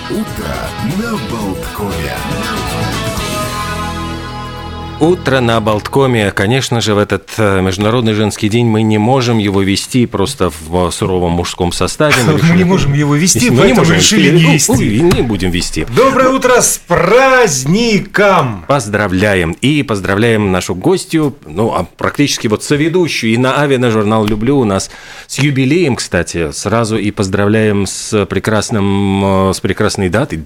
Утро на Болткоме. Утро на Болткоме. Конечно же, в этот Международный женский день мы не можем его вести просто в суровом мужском составе. Мы не можем его вести, поэтому решили не вести. Не будем вести. Доброе утро с праздником! Поздравляем. И поздравляем нашу гостью, практически соведущую и на Авиа, на журнал «Люблю» у нас с юбилеем, кстати. Сразу и поздравляем с прекрасной датой.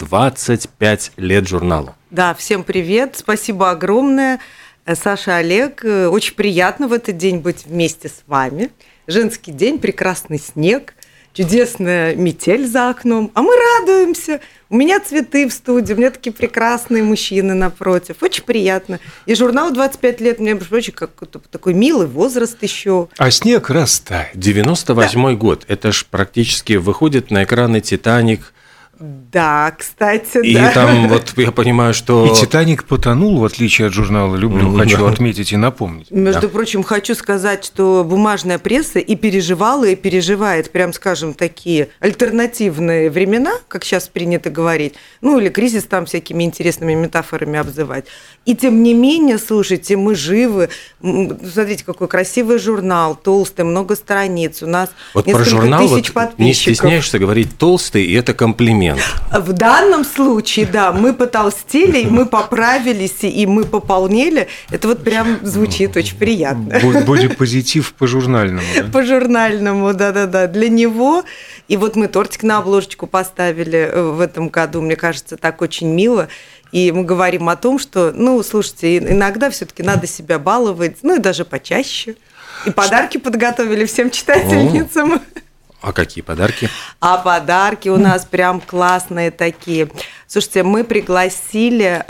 25 лет журналу. Да, всем привет, спасибо огромное. Саша, Олег, очень приятно в этот день быть вместе с вами. Женский день, прекрасный снег, чудесная метель за окном, а мы радуемся. У меня цветы в студии, у меня такие прекрасные мужчины напротив. Очень приятно. И журнал 25 лет, мне, между прочим, какой-то такой милый возраст еще. А снег растает. 98-й год, это ж практически выходит на экраны «Титаник». Да, кстати, и да. И там я понимаю, что... И «Титаник» потонул, в отличие от журнала «Люблю», хочу отметить и напомнить. Между прочим, хочу сказать, что бумажная пресса и переживала, и переживает, прям скажем, такие альтернативные времена, как сейчас принято говорить, или кризис там всякими интересными метафорами обзывать. И тем не менее, слушайте, мы живы. Смотрите, какой красивый журнал, толстый, много страниц. У нас про журнал тысяч подписчиков. Не стесняешься говорить толстый, и это комплимент. В данном случае, да, мы потолстели, мы поправились, и мы пополнели. Это прям звучит очень приятно. Бодипозитив по-журнальному. Да? По-журнальному, да-да-да. Для него. И мы тортик на обложечку поставили в этом году. Мне кажется, так очень мило. И мы говорим о том, что, слушайте, иногда все-таки надо себя баловать, и даже почаще. И подарки подготовили всем читательницам. А какие подарки? А подарки у нас прям классные такие. Слушайте, мы пригласили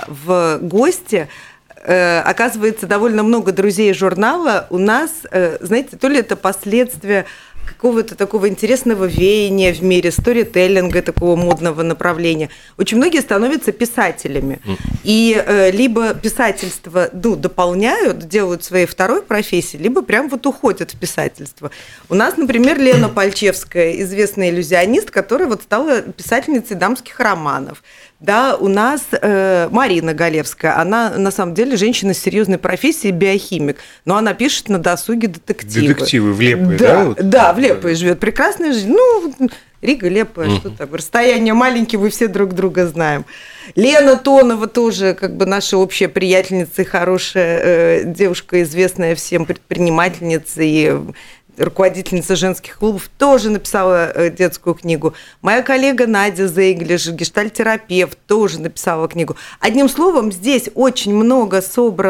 в гости, оказывается, довольно много друзей журнала. У нас, знаете, то ли это последствия какого-то такого интересного веяния в мире, сторителлинга, такого модного направления. Очень многие становятся писателями. И либо писательство дополняют, делают своей второй профессией, либо прям уходят в писательство. У нас, например, Лена Пальчевская, известная иллюзионист, которая стала писательницей дамских романов. Да, у нас Марина Галевская, она на самом деле женщина с серьезной профессией, биохимик, но она пишет на досуге детективы. Детективы в Лепое, да? Да, в Лепое живет. Прекрасная жизнь. Рига, Лепое, что так. Расстояние маленькие, мы все друг друга знаем. Лена Тонова тоже наша общая приятельница и хорошая девушка, известная всем предпринимательница и руководительница женских клубов, тоже написала детскую книгу. Моя коллега Надя Зейглиш, гештальтерапевт, тоже написала книгу. Одним словом, здесь очень много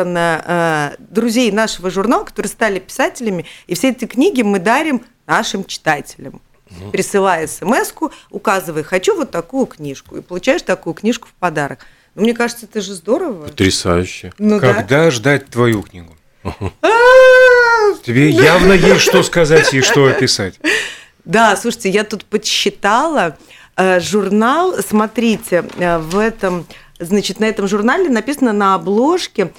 собрано друзей нашего журнала, которые стали писателями, и все эти книги мы дарим нашим читателям. Присылая смс-ку, указывай, хочу такую книжку, и получаешь такую книжку в подарок. Мне кажется, это же здорово. Потрясающе. Когда ждать твою книгу? Тебе явно есть что сказать и что описать. Да, слушайте, я тут подсчитала журнал, смотрите, на этом журнале написано на обложке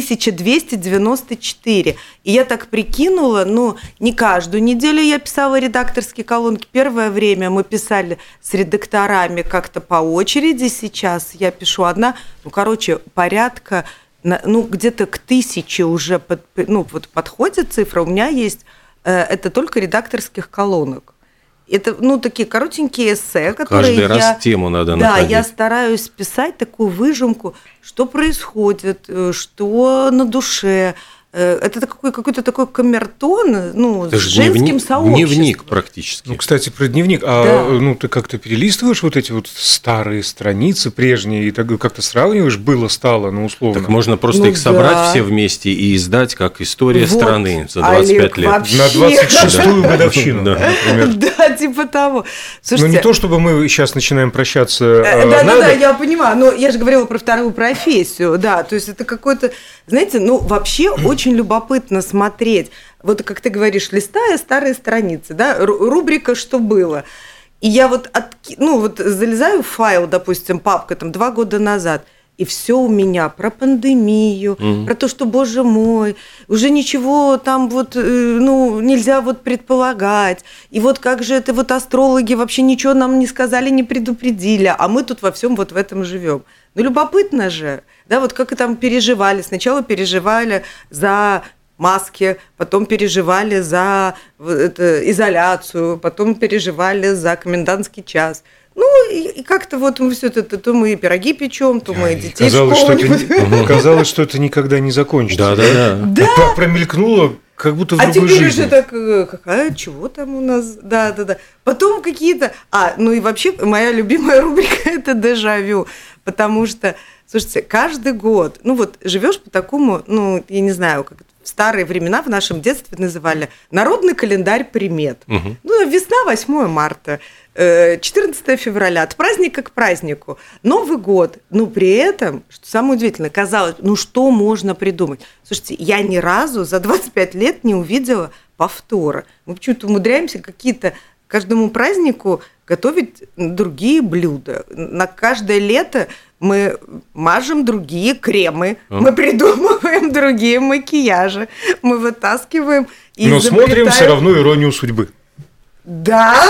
1294. И я так прикинула, не каждую неделю я писала редакторские колонки. Первое время мы писали с редакторами как-то по очереди, сейчас я пишу одна. Порядка... где-то к 1000 уже подходит цифра. У меня есть это только редакторских колонок. Это такие коротенькие эссе, которые каждый раз тему надо находить. Да, я стараюсь писать такую выжимку, что происходит, что на душе. Это какой-то такой камертон, с женским сообществом. Дневник практически. Кстати, про дневник. Ты как-то перелистываешь эти старые страницы прежние и так как-то сравниваешь, было-стало, условно. Так можно просто их собрать все вместе и издать как история страны за 25 лет. Вообще. На 26-ю годовщину, например. Да, типа того. Слушайте, не то, чтобы мы сейчас начинаем прощаться. Да, я понимаю, но я же говорила про вторую профессию, да, то есть это какой-то, знаете, вообще очень любопытно смотреть, как ты говоришь, листая старые страницы, да, рубрика «Что было?». И я залезаю в файл, допустим, папка 2 года назад, И все у меня про пандемию, про то, что, боже мой, уже ничего там вот, нельзя вот предполагать. И вот как же это вот астрологи вообще ничего нам не сказали, не предупредили, а мы тут во всем вот в этом живем. Ну, любопытно же, да, вот как и там переживали. Сначала переживали за маски, потом переживали за изоляцию, потом переживали за комендантский час. Ну, и как-то вот мы все это, то мы пироги печем, то мы детей казалось, что это никогда не закончится. Да. Промелькнуло, как будто в другой жизни. А теперь жизни. уже так, чего там у нас? Да. Потом какие-то... ну и вообще моя любимая рубрика – это дежавю, потому что, слушайте, каждый год, ну вот живешь по такому, я не знаю, как в старые времена в нашем детстве называли народный календарь примет. Ну, весна, 8 марта, 14 февраля, от праздника к празднику, Новый год. Но при этом, что самое удивительное, казалось, что можно придумать? Слушайте, я ни разу за 25 лет не увидела повтора. Мы почему-то умудряемся какие-то каждому празднику готовить другие блюда. На каждое лето мы мажем другие кремы, мы придумываем другие макияжи, мы вытаскиваем и но смотрим все равно «Иронию судьбы». Да,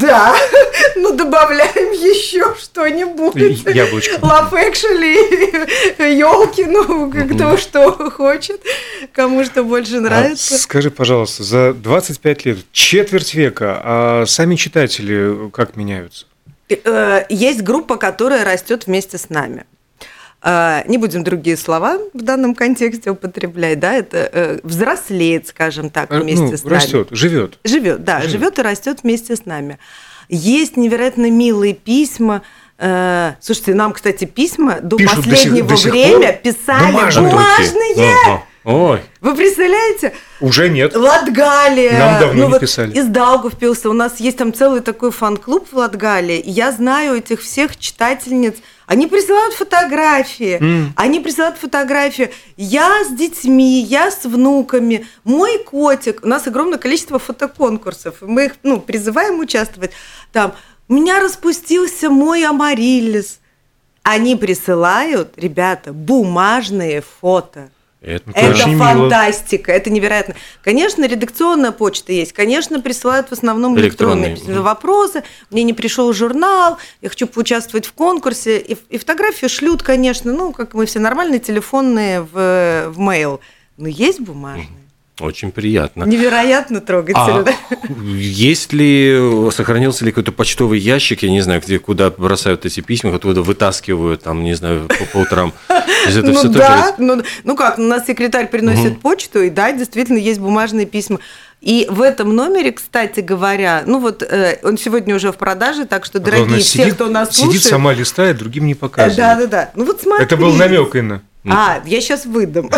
ну добавляем еще что-нибудь. Яблочко. Love Actually, елки, кто что хочет, кому что больше нравится. Скажи, пожалуйста, за 25 лет, четверть века, а сами читатели как меняются? Есть группа, которая растет вместе с нами. Не будем другие слова в данном контексте употреблять, да, это взрослеет, скажем так, вместе с нами. Растет, живет. Живет и растет вместе с нами. Есть невероятно милые письма. Слушайте, нам, кстати, письма до последнего времени писали бумажные. Ой. Вы представляете? Уже нет. Латгалия. Нам давно не писали. Из Даугавпилса. У нас есть там целый такой фан-клуб в Латгалии. И я знаю этих всех читательниц. Они присылают фотографии. Они присылают фотографии. Я с детьми, я с внуками, мой котик. У нас огромное количество фотоконкурсов. Мы их призываем участвовать. Там, у меня распустился мой амариллис. Они присылают, ребята, бумажные фото. Это фантастика, это невероятно. Конечно, редакционная почта есть, конечно, присылают в основном электронные вопросы. Мне не пришел журнал, я хочу поучаствовать в конкурсе. И фотографии шлют, конечно, как мы все нормальные, телефонные в мейл. Но есть бумажные. Очень приятно. Невероятно трогательно. Есть ли, сохранился ли какой-то почтовый ящик, я не знаю, куда бросают эти письма, откуда вытаскивают, там, не знаю, по утрам? Это все да, у нас секретарь приносит почту, и да, действительно есть бумажные письма. И в этом номере, кстати говоря, он сегодня уже в продаже, так что, дорогие все, кто нас слушает... Сидит, сама листает, другим не показывает. Да. Смотри. Это был намек, Инна. Я сейчас выдам.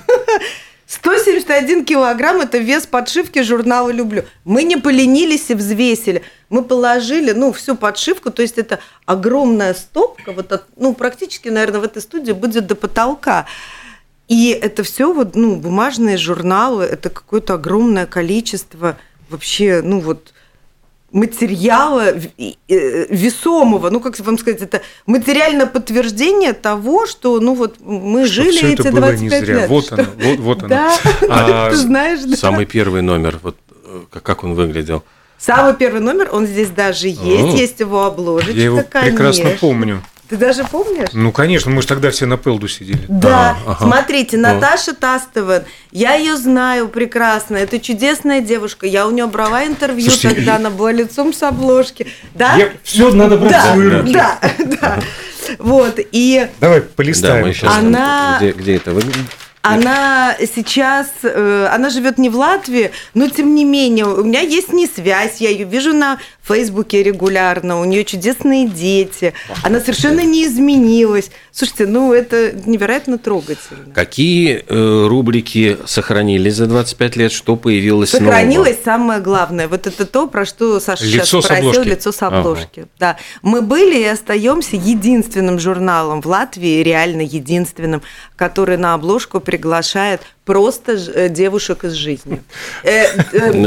171 килограмм – это вес подшивки журнала «Люблю». Мы не поленились и взвесили. Мы положили, всю подшивку, то есть это огромная стопка, практически, наверное, в этой студии будет до потолка. И это все бумажные журналы, это какое-то огромное количество вообще, материала весомого, как вам сказать, это материальное подтверждение того, что, мы что жили эти 25 лет. Вот оно. Да, ты знаешь, да. Самый первый номер, как он выглядел? Самый первый номер, он здесь даже есть его обложечка, я его прекрасно помню. Ты даже помнишь? Конечно, мы же тогда все на Пелду сидели. Да, смотрите, Наташа Тастовен, я ее знаю прекрасно, это чудесная девушка, я у нее брала интервью. Слушайте, тогда, она была лицом с обложки. Да? Все надо брать в свои руки. Да. Вот, и... Давай полистаем. Где это выглядит? Она сейчас, она живет не в Латвии, но тем не менее, у меня есть с ней связь, я ее вижу на Фейсбуке регулярно, у нее чудесные дети, она совершенно не изменилась. Слушайте, это невероятно трогательно. Какие рубрики сохранились за 25 лет, что появилось нового? Сохранилось самое главное, это то, про что Саша сейчас спросил, лицо с обложки. Да. Мы были и остаемся единственным журналом в Латвии, реально единственным, который на обложку приглашает просто девушек из жизни.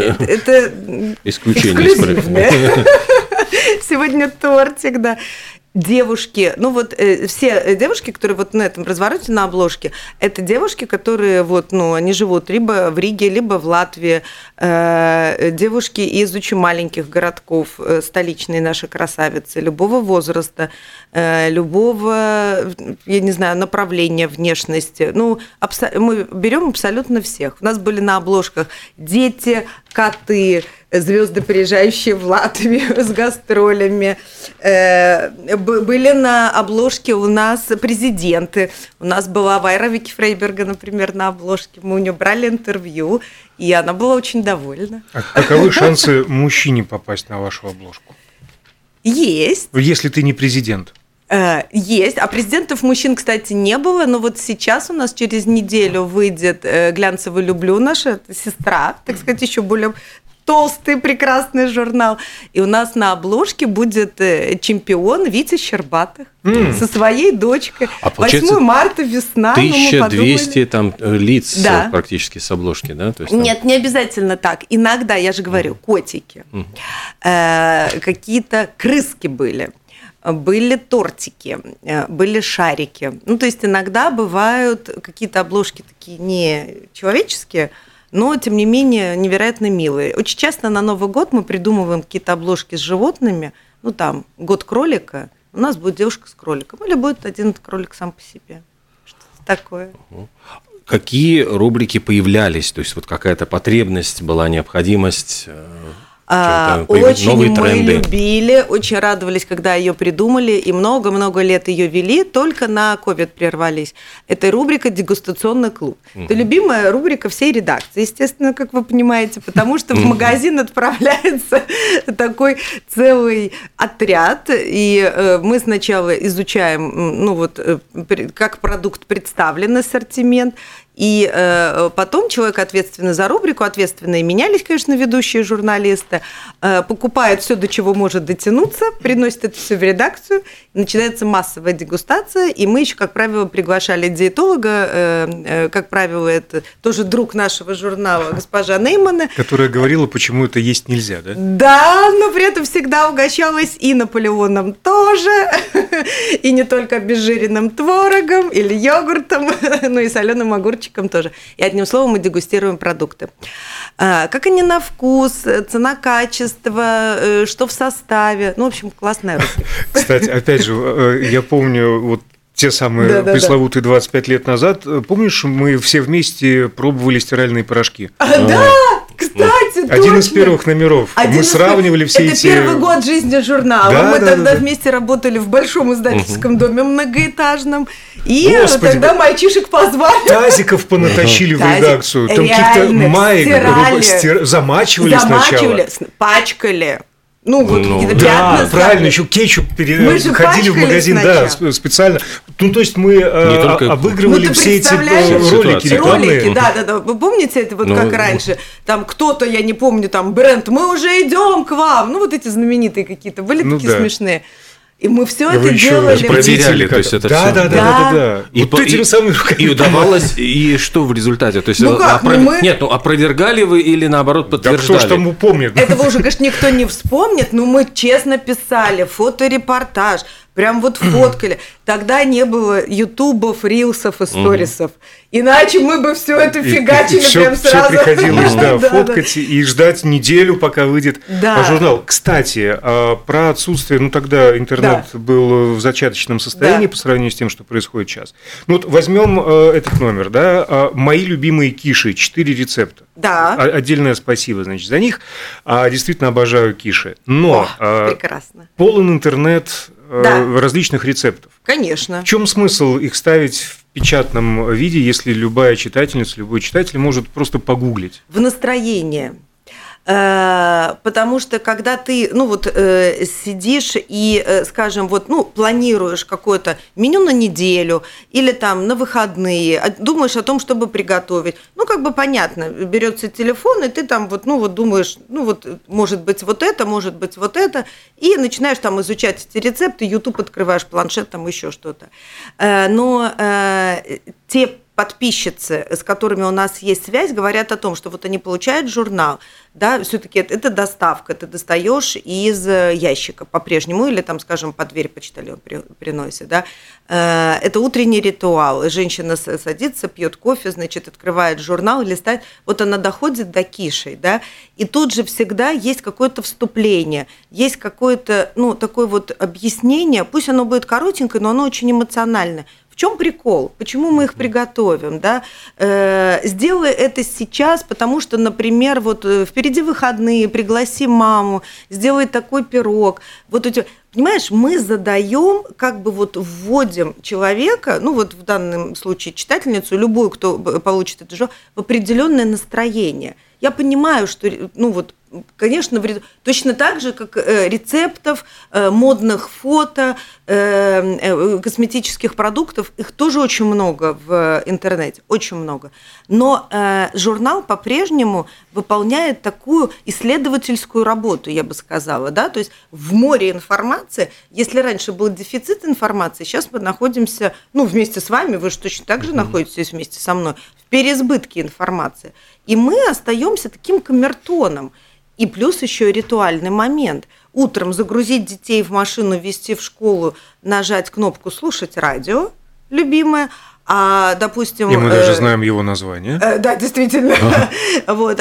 Это исключение. Сегодня тортик, да. девушки, ну вот все девушки, которые вот на этом развороте на обложке, это девушки, которые вот, ну, они живут либо в Риге, либо в Латвии, девушки из очень маленьких городков, столичные наши красавицы, любого возраста, любого, я не знаю, направления внешности. Ну, мы берем абсолютно всех. У нас были на обложках дети, коты, звезды, приезжающие в Латвию с гастролями. Были на обложке у нас президенты. У нас была Вайра Вики Фрейберга, например, на обложке. Мы у нее брали интервью, и она была очень довольна. А каковы шансы мужчине попасть на вашу обложку? Есть. Если ты не президент. Есть. А президентов мужчин, кстати, не было, но вот сейчас у нас через неделю выйдет «Глянцевый люблю», наша сестра, так сказать, еще более толстый, прекрасный журнал. И у нас на обложке будет чемпион Витя Щербатых со своей дочкой. А 8 марта, весна. 1200 там лиц Да. практически с обложки, да? То есть, там... Нет, не обязательно так. Иногда, я же говорю, котики, какие-то крыски были тортики, были шарики. Ну, то есть иногда бывают какие-то обложки такие не человеческие, но, тем не менее, невероятно милые. Очень часто на Новый год мы придумываем какие-то обложки с животными. Ну, там, год кролика, у нас будет девушка с кроликом. Или будет один кролик сам по себе. Что-то такое. Какие рубрики появлялись? То есть вот какая-то потребность была, необходимость... Очень новые мы тренды. любили, очень радовались, когда ее придумали, и много-много лет ее вели, только на ковид прервались. Это рубрика «Дегустационный клуб». Это любимая рубрика всей редакции, естественно, как вы понимаете, потому что в магазин отправляется такой целый отряд, и мы сначала изучаем, ну вот, как продукт представлен, ассортимент, и потом человек, ответственный за рубрику, ответственные менялись, конечно, ведущие журналисты, покупает все, до чего может дотянуться, приносит это все в редакцию, начинается массовая дегустация, и мы еще, как правило, приглашали диетолога, как правило, это тоже друг нашего журнала, госпожа Неймана. Которая говорила, почему это есть нельзя, да? Да, но при этом всегда угощалась и Наполеоном тоже, и не только обезжиренным творогом или йогуртом, но и соленым огурчиком тоже. И одним словом мы дегустируем продукты. Как они на вкус, цена, качество, что в составе. Ну, в общем, классная рубрика. Кстати, опять же, я помню вот те самые пресловутые 25 лет назад. Помнишь, мы все вместе пробовали стиральные порошки? Да! Кстати, один точно. из первых номеров. Мы сравнивали все эти... Это первый год жизни журнала. Да, мы тогда вместе работали в большом издательском доме многоэтажном. И Господи, тогда мальчишек позвали. Тазиков понатащили в редакцию. Там каких-то маек замачивали сначала. Пачкали. Ну, вот какие-то да, пятна. Правильно, еще кетчуп ходили в магазин, да, специально. Ну, то есть мы обыгрывали все эти ролики рекламные. Да. Вы помните это вот как раньше? Там кто-то, я не помню, там бренд, мы уже идем к вам. Ну, вот эти знаменитые какие-то были такие смешные. И мы все это делали. Проверяли, то есть это все. Да. И вот этими самыми руками. И удавалось, и что в результате? То есть, нет, опровергали вы или наоборот подтверждали? Да кто ж там упомнит? Этого уже, конечно, никто не вспомнит, но мы честно писали, фоторепортаж, прям вот фоткали. Тогда не было ютубов, рилсов и сторисов. Иначе мы бы все это фигачили прям сразу. Все приходилось, фоткать и ждать неделю, пока выйдет журнал. Кстати, про отсутствие, ну тогда интернет был в зачаточном состоянии по сравнению с тем, что происходит сейчас. Ну вот возьмем этот номер, да, «Мои любимые киши», 4 рецепта. Да. Отдельное спасибо, значит, за них. Действительно обожаю киши. Но прекрасно. Полон интернет различных рецептов. Конечно. В чем смысл их ставить в печатном виде, если любая читательница, любой читатель может просто погуглить? В настроение. Потому что когда ты, сидишь и, скажем, планируешь какое-то меню на неделю или там на выходные, думаешь о том, чтобы приготовить, понятно, берется телефон, и ты там думаешь, может быть вот это, и начинаешь там изучать эти рецепты, YouTube открываешь, планшет, там еще что-то. Но те подписчицы, с которыми у нас есть связь, говорят о том, что вот они получают журнал, да, все-таки это доставка, ты достаешь из ящика по-прежнему, или там, скажем, под дверь почтальон приносит, да. Это утренний ритуал. Женщина садится, пьет кофе, значит, открывает журнал, листает. Вот она доходит до Киши, да, и тут же всегда есть какое-то вступление, есть какое-то, ну, такое вот объяснение, пусть оно будет коротенькое, но оно очень эмоциональное. В чем прикол? Почему мы их приготовим? Да? Сделай это сейчас, потому что, например, вот впереди выходные, пригласи маму, сделай такой пирог. Вот понимаешь, мы задаем, как бы вот вводим человека, ну вот в данном случае читательницу, любую, кто получит это журнал, в определенное настроение. Я понимаю, что, ну вот, конечно, точно так же, как рецептов, модных фото, косметических продуктов, их тоже очень много в интернете, очень много. Но журнал по-прежнему выполняет такую исследовательскую работу, я бы сказала, да, то есть в море информации, если раньше был дефицит информации, сейчас мы находимся, ну, вместе с вами, вы же точно так же находитесь вместе со мной, в переизбытке информации. И мы остаемся таким камертоном. И плюс еще ритуальный момент. Утром загрузить детей в машину, везти в школу, нажать кнопку «Слушать радио», любимое, допустим... И мы даже знаем его название. Да, действительно. Вот.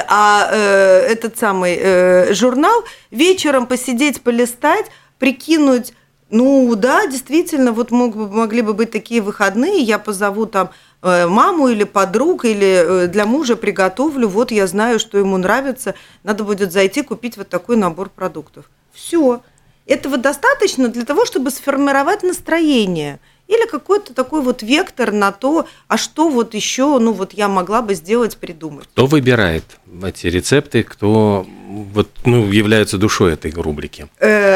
Этот самый журнал вечером посидеть, полистать, прикинуть, ну да, действительно, вот могли бы быть такие выходные, я позову там маму или подруг, или для мужа приготовлю, вот я знаю, что ему нравится, надо будет зайти купить вот такой набор продуктов. Все. Этого достаточно для того, чтобы сформировать настроение или какой-то такой вот вектор на то, а что вот еще, ну вот я могла бы сделать, придумать. Кто выбирает эти рецепты, кто вот, ну, является душой этой рубрики?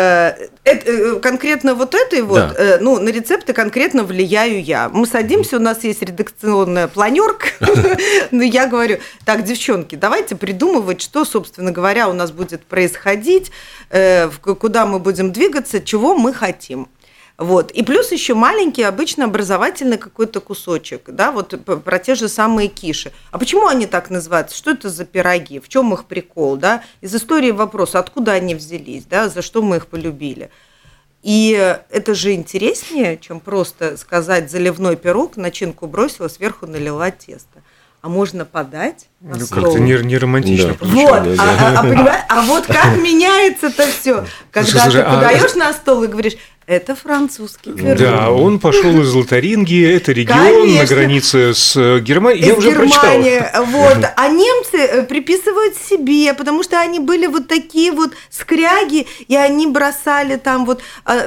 Конкретно вот этой вот, да. Ну, на рецепты конкретно влияю я. Мы садимся, у нас есть редакционная планерка, но я говорю, так, девчонки, давайте придумывать, что, собственно говоря, у нас будет происходить, куда мы будем двигаться, чего мы хотим. Вот. И плюс еще маленький, обычно образовательный какой-то кусочек, да, вот про те же самые киши. А почему они так называются? Что это за пироги? В чем их прикол? Да? Из истории вопрос, откуда они взялись, да? За что мы их полюбили? И это же интереснее, чем просто сказать заливной пирог, начинку бросила, сверху налила тесто. А можно подать на стол. Как-то не романтично. Да. Вот, а вот как меняется-то все, когда ты подаешь на стол и говоришь, это французский пирог. Да, он пошел из Лотаринги, это регион, конечно, на границе с Германией. Я уже прочитал. Вот. А немцы приписывают себе, потому что они были вот такие вот скряги, и они бросали там вот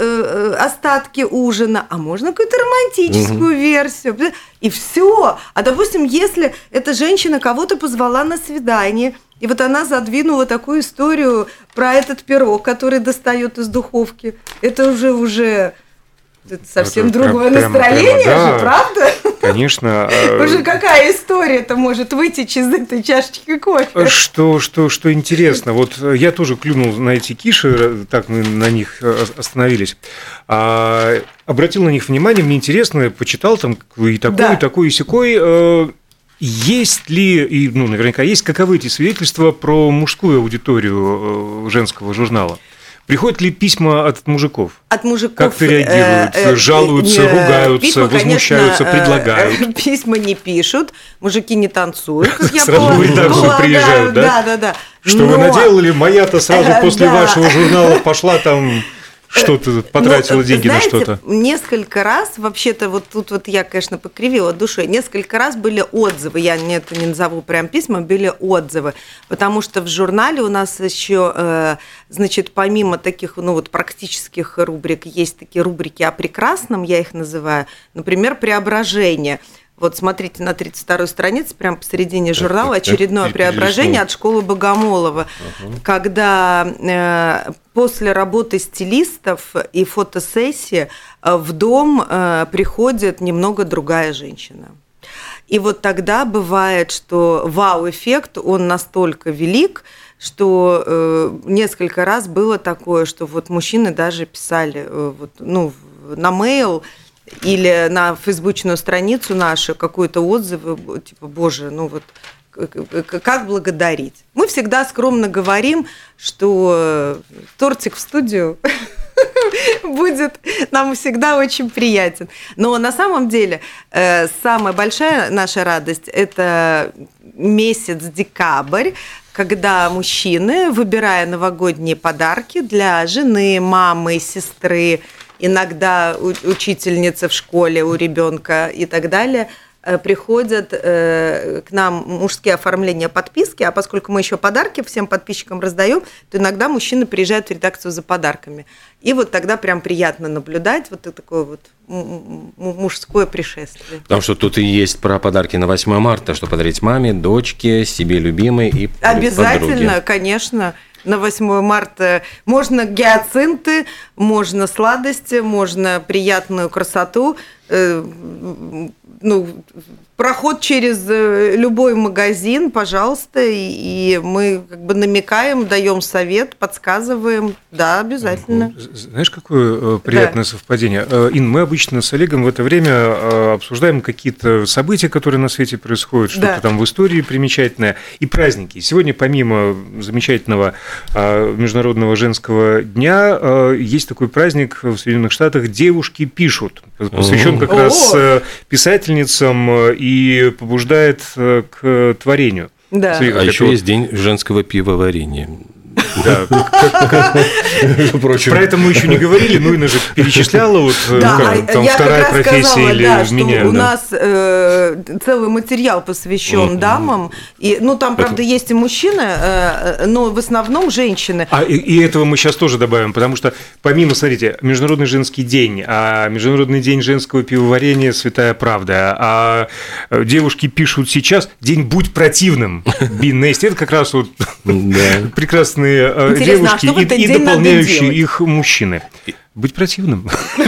остатки ужина. А можно какую-то романтическую версию? И все. А допустим, если эта женщина кого-то позвала на свидание, и вот она задвинула такую историю про этот пирог, который достает из духовки. Это уже это совсем это другое настроение прямо, же, правда? Конечно. Уже какая история-то может вытечь из этой чашечки кофе? Что интересно, вот я тоже клюнул на эти киши, так мы на них остановились. Обратил на них внимание, мне интересно, почитал там и такой, да, и такой, и сякой. Есть ли, и, ну, наверняка есть, каковы эти свидетельства про мужскую аудиторию женского журнала? Приходят ли письма от мужиков? От мужиков. Как-то реагируют, жалуются, ругаются, письма, возмущаются, конечно, предлагают? Письма не пишут, мужики не танцуют, как я сразу в редакцию приезжают, да? Да. Что вы наделали? Моя-то сразу после вашего журнала пошла там... Что-то потратила деньги, знаете, на что-то? Несколько раз, вообще-то, вот тут вот я, конечно, покривила душой, несколько раз были отзывы, я это не назову прям письма, были отзывы, потому что в журнале у нас еще, значит, помимо таких, ну вот, практических рубрик, есть такие рубрики о прекрасном, я их называю, например, «Преображение». Вот смотрите на 32-й странице, прямо посередине журнала, очередное преображение от школы Богомолова, когда после работы стилистов и фотосессии в дом приходит немного другая женщина. И вот тогда бывает, что вау-эффект, он настолько велик, что несколько раз было такое, что вот мужчины даже писали вот, ну, на мейл, или на фейсбучную страницу нашу какой-то отзыв, типа, боже, ну вот как благодарить. Мы всегда скромно говорим, что тортик в студию будет нам всегда очень приятен. Но на самом деле самая большая наша радость – это месяц декабрь, когда мужчины, выбирая новогодние подарки для жены, мамы, сестры, иногда учительницы в школе у ребенка и так далее, приходят к нам мужские оформления подписки, а поскольку мы еще подарки всем подписчикам раздаем, то иногда мужчины приезжают в редакцию за подарками. И вот тогда прям приятно наблюдать вот такое вот мужское пришествие. Потому что тут и есть про подарки на 8 марта, что подарить маме, дочке, себе любимой и обязательно, подруге. Конечно. На 8 марта можно гиацинты, можно сладости, можно приятную красоту. Проход через любой магазин, пожалуйста, и мы как бы намекаем, даем совет, подсказываем. Да, обязательно. Знаешь, какое приятное совпадение? Ин, мы обычно с Олегом в это время обсуждаем какие-то события, которые на свете происходят, что-то там в истории примечательное, и праздники. Сегодня, помимо замечательного Международного женского дня, есть такой праздник в Соединенных Штатах «Девушки пишут», посвящен как раз писательницам и побуждает к творению. Да. А еще есть день женского пивоварения. Да, про это мы еще не говорили, но Инна же перечисляла, там вторая профессия или меня. У нас целый материал посвящен дамам, и, там, правда, есть и мужчины, но в основном женщины. И этого мы сейчас тоже добавим, потому что помимо, смотрите, Международный женский день, Международный день женского пивоварения «Святая правда», а девушки пишут сейчас «День будь противным», Be Nasty, это как раз вот прекрасные девушки и дополняющие их мужчины. Быть противным.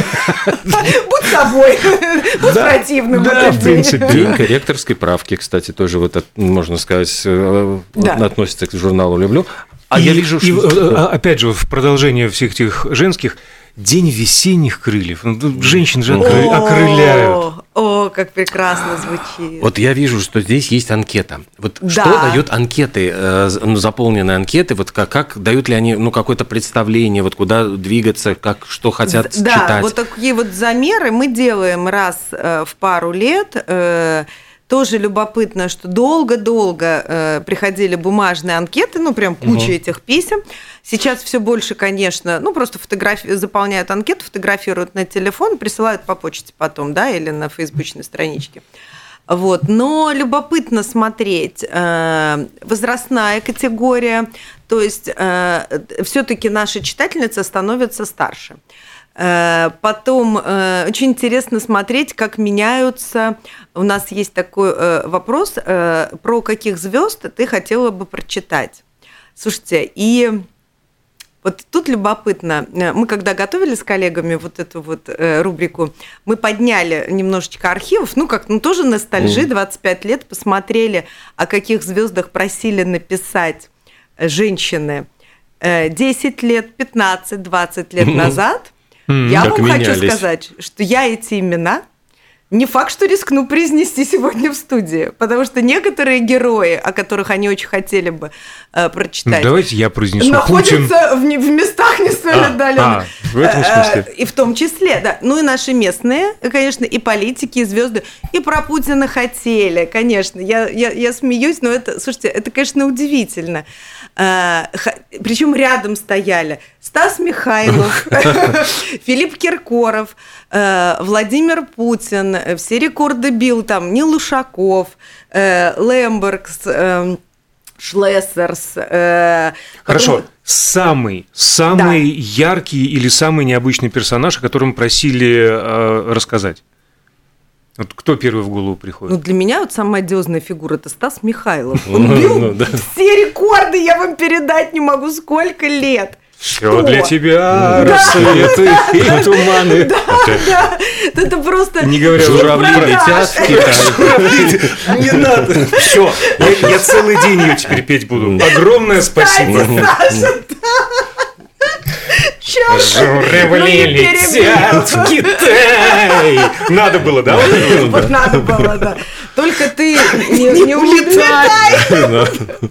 Будь собой. Будь противным. Да, в принципе. День корректорской правки, кстати, тоже, вот можно сказать, относится к журналу «Люблю». А я вижу, что... Опять же, в продолжение всех этих женских, День весенних крыльев. Женщин же окрыляют. О, как прекрасно звучит. Вот я вижу, что здесь есть анкета. Вот что дают анкеты, заполненные анкеты, вот как дают ли они какое-то представление, вот куда двигаться, что хотят читать? Да, вот такие вот замеры мы делаем раз в пару лет. Тоже любопытно, что долго-долго приходили бумажные анкеты, прям куча этих писем. Сейчас все больше, конечно, просто заполняют анкету, фотографируют на телефон, присылают по почте потом, или на фейсбучной страничке. Вот. Но любопытно смотреть возрастная категория, то есть все-таки наши читательницы становятся старше. Потом очень интересно смотреть, как меняются. У нас есть такой вопрос, про каких звезд ты хотела бы прочитать. Слушайте, и вот тут любопытно. Мы когда готовили с коллегами вот эту вот рубрику, мы подняли немножечко архивов, тоже ностальжи, 25 лет, посмотрели, о каких звездах просили написать женщины 10 лет, 15, 20 лет назад. Я вам хочу сказать, что я эти имена не факт, что рискну произнести сегодня в студии, потому что некоторые герои, о которых они очень хотели бы прочитать, давайте я произнесу. Находятся в местах не столь отдаленных. В этом смысле. И в том числе, да. Ну и наши местные, конечно, и политики, и звезды, и про Путина хотели, конечно. Я смеюсь, но это, слушайте, это, конечно, удивительно. Причем рядом стояли Стас Михайлов, Филипп Киркоров, Владимир Путин, все рекорды бил, там Нил Ушаков, Лембергс, Шлессерс. Хорошо. Самый яркий или самый необычный персонаж, о котором просили рассказать? Вот кто первый в голову приходит? Для меня вот самая одиозная фигура – это Стас Михайлов. Он бил все рекорды, я вам передать не могу, сколько лет. Все для тебя, рассветы и туманы. Да, это просто... Не говоря журавли летят в Китай. Не надо. Все, я целый день ее теперь петь буду. Огромное спасибо. Журавли летят в Китай. Надо было, да? Вот надо было, да. Только ты не улетай.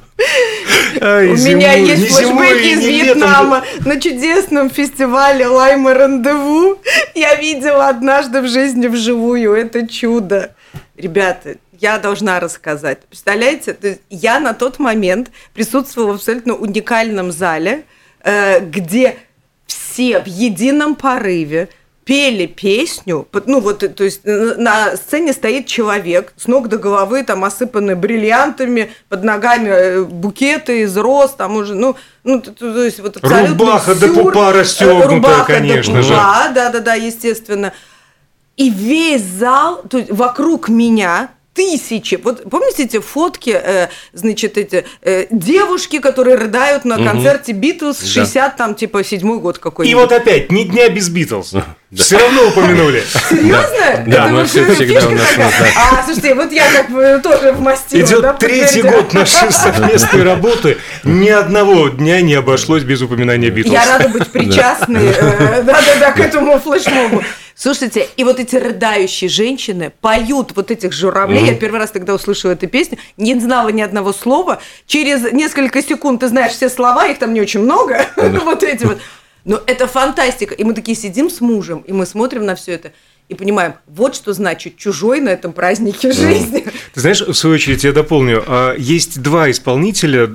У меня есть флешбеки из Вьетнама на чудесном фестивале «Лайм и рандеву». Я видела однажды в жизни вживую это чудо. Ребята, я должна рассказать. Представляете, то есть я на тот момент присутствовала в абсолютно уникальном зале, где все в едином порыве пели песню, ну вот, то есть на сцене стоит человек, с ног до головы там осыпанный бриллиантами, под ногами букеты из роз, там уже, ну то есть вот абсолютно рубаха до пупа расстегнутая, конечно же. Да, естественно. И весь зал, то есть вокруг меня тысячи. Вот помните эти фотки, значит, эти девушки, которые рыдают на концерте Битлз, 60, там, типа, 7-й год какой-нибудь. И вот опять, ни дня без Битлз. Все равно упомянули. Серьезно? Да, мы всегда у нас... Слушайте, вот я как тоже вмастила. Идет 3-й год нашей совместной работы. Ни одного дня не обошлось без упоминания Битлз. Я рада быть причастной к этому флешмобу. Слушайте, и вот эти рыдающие женщины поют вот этих журавлей. Я первый раз тогда услышала эту песню, не знала ни одного слова. Через несколько секунд ты знаешь все слова, их там не очень много. Вот эти вот. Но это фантастика. И мы такие сидим с мужем, и мы смотрим на все это. И понимаем, вот что значит чужой на этом празднике жизни. Ты знаешь, в свою очередь, я дополню, есть два исполнителя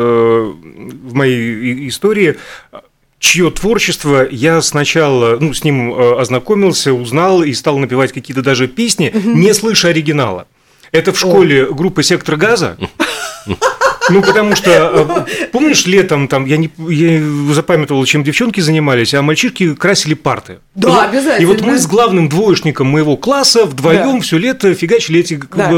в моей истории, чье творчество я сначала с ним ознакомился, узнал и стал напевать какие-то даже песни, не слыша оригинала. Это в школе группа «Сектор газа». Ну, потому что, помнишь, летом там я запамятовал, чем девчонки занимались, а мальчишки красили парты. Да, обязательно. И вот мы с главным двоечником моего класса вдвоем все лето фигачили эти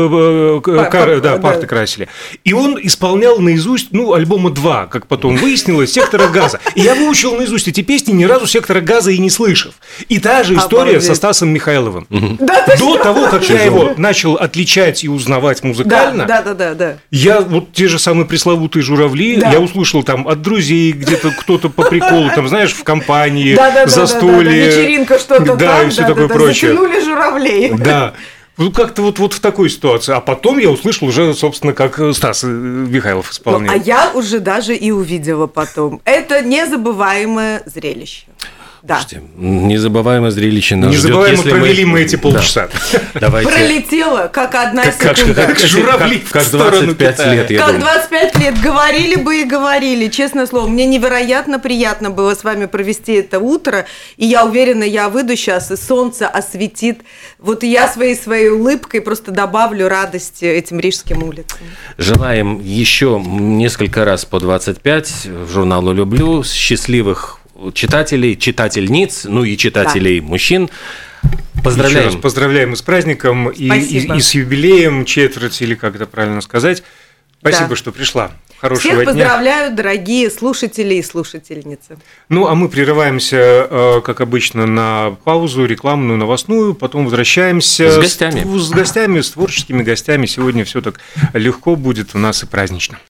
парты красили. И он исполнял наизусть, альбома 2, как потом выяснилось, «Сектора газа». И я выучил наизусть эти песни, ни разу «Сектора газа» и не слышав. И та же история со Стасом Михайловым. До того, как я его начал отличать и узнавать музыкально, я вот те же самые пресловутые журавли, я услышал там от друзей, где-то кто-то по приколу, там, знаешь, в компании, застолье. Вечеринка, что-то там, и все такое прочее. Затянули журавлей. Да. Ну, как-то вот в такой ситуации. А потом я услышал уже, собственно, как Стас Михайлов исполнял. А я уже даже и увидела потом. Это незабываемое зрелище. Да. Слушайте, незабываемое зрелище нас ждет. Незабываемо провели мы эти полчаса. Давайте. Пролетело, как одна секунда. Как журавли как 25 лет, я думаю. Как 25 лет. Говорили бы и говорили. Честное слово, мне невероятно приятно было с вами провести это утро. И я уверена, я выйду сейчас, и солнце осветит. Вот и я своей улыбкой просто добавлю радости этим рижским улицам. Желаем еще несколько раз по 25 журналу «Люблю». Счастливых читателей, читательниц, и читателей мужчин. Поздравляем. Еще раз поздравляем и с праздником, и с юбилеем четверти, или как это правильно сказать. Спасибо, что пришла. Хорошего Всех дня. поздравляю, дорогие слушатели и слушательницы. А мы прерываемся, как обычно, на паузу рекламную, новостную, потом возвращаемся с гостями. С творческими гостями. Сегодня все так легко будет у нас и празднично.